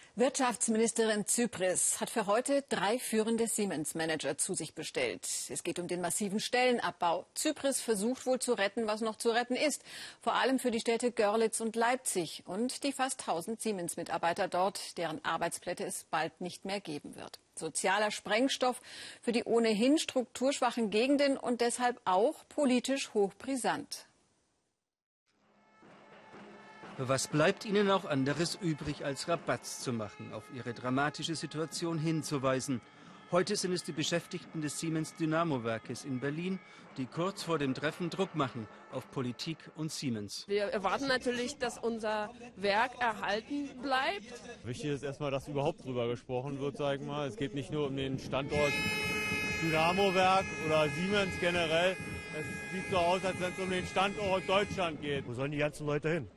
Wirtschaftsministerin Zypris hat für heute 3 führende Siemens-Manager zu sich bestellt. Es geht um den massiven Stellenabbau. Zypris versucht wohl zu retten, was noch zu retten ist. Vor allem für die Städte Görlitz und Leipzig und die fast 1000 Siemens-Mitarbeiter dort, deren Arbeitsplätze es bald nicht mehr geben wird. Sozialer Sprengstoff für die ohnehin strukturschwachen Gegenden und deshalb auch politisch hochbrisant. Was bleibt ihnen auch anderes übrig, als Rabatz zu machen, auf ihre dramatische Situation hinzuweisen? Heute sind es die Beschäftigten des Siemens-Dynamo-Werkes in Berlin, die kurz vor dem Treffen Druck machen auf Politik und Siemens. Wir erwarten natürlich, dass unser Werk erhalten bleibt. Wichtig ist erstmal, dass überhaupt drüber gesprochen wird, sag ich mal. Es geht nicht nur um den Standort Dynamo-Werk oder Siemens generell. Es sieht so aus, als wenn es um den Standort Deutschland geht. Wo sollen die ganzen Leute hin?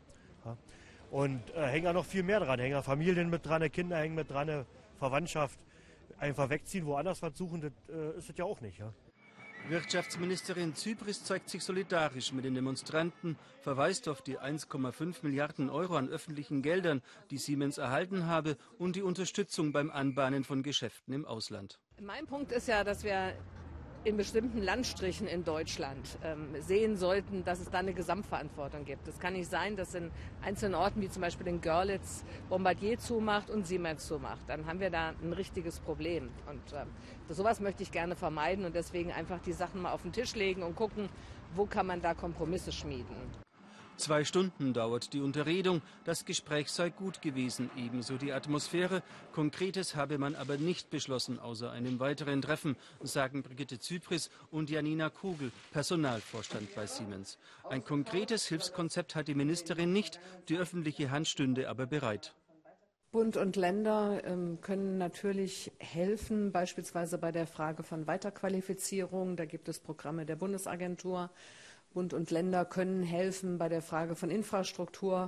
Und hängen ja noch viel mehr dran. Hängen ja Familien mit dran, Kinder hängen mit dran, Verwandtschaft. Einfach wegziehen, woanders was suchen, das ist es ja auch nicht. Ja? Wirtschaftsministerin Zypris zeigt sich solidarisch mit den Demonstranten, verweist auf die 1,5 Milliarden Euro an öffentlichen Geldern, die Siemens erhalten habe, und die Unterstützung beim Anbahnen von Geschäften im Ausland. Mein Punkt ist ja, dass wir in bestimmten Landstrichen in Deutschland sehen sollten, dass es da eine Gesamtverantwortung gibt. Es kann nicht sein, dass in einzelnen Orten, wie zum Beispiel in Görlitz, Bombardier zumacht und Siemens zumacht. Dann haben wir da ein richtiges Problem. Und sowas möchte ich gerne vermeiden und deswegen einfach die Sachen mal auf den Tisch legen und gucken, wo kann man da Kompromisse schmieden. 2 Stunden dauert die Unterredung. Das Gespräch sei gut gewesen, ebenso die Atmosphäre. Konkretes habe man aber nicht beschlossen, außer einem weiteren Treffen, sagen Brigitte Zypris und Janina Kugel, Personalvorstand bei Siemens. Ein konkretes Hilfskonzept hat die Ministerin nicht, die öffentliche Hand stünde aber bereit. Bund und Länder können natürlich helfen, beispielsweise bei der Frage von Weiterqualifizierung. Da gibt es Programme der Bundesagentur. Bund und Länder können helfen bei der Frage von Infrastruktur.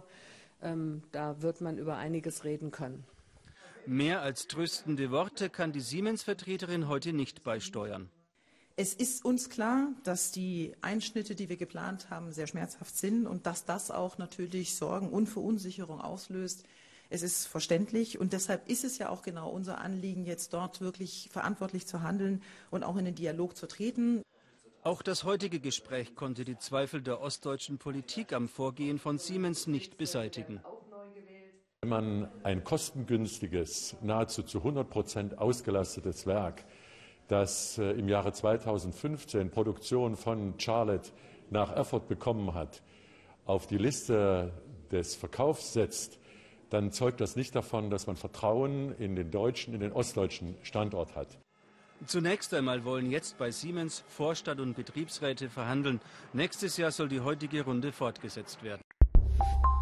Da wird man über einiges reden können. Mehr als tröstende Worte kann die Siemens-Vertreterin heute nicht beisteuern. Es ist uns klar, dass die Einschnitte, die wir geplant haben, sehr schmerzhaft sind und dass das auch natürlich Sorgen und Verunsicherung auslöst. Es ist verständlich und deshalb ist es ja auch genau unser Anliegen, jetzt dort wirklich verantwortlich zu handeln und auch in den Dialog zu treten. Auch das heutige Gespräch konnte die Zweifel der ostdeutschen Politik am Vorgehen von Siemens nicht beseitigen. Wenn man ein kostengünstiges, nahezu zu 100% ausgelastetes Werk, das im Jahre 2015 Produktion von Charlotte nach Erfurt bekommen hat, auf die Liste des Verkaufs setzt, dann zeugt das nicht davon, dass man Vertrauen in den ostdeutschen Standort hat. Zunächst einmal wollen jetzt bei Siemens Vorstand und Betriebsräte verhandeln. Nächstes Jahr soll die heutige Runde fortgesetzt werden.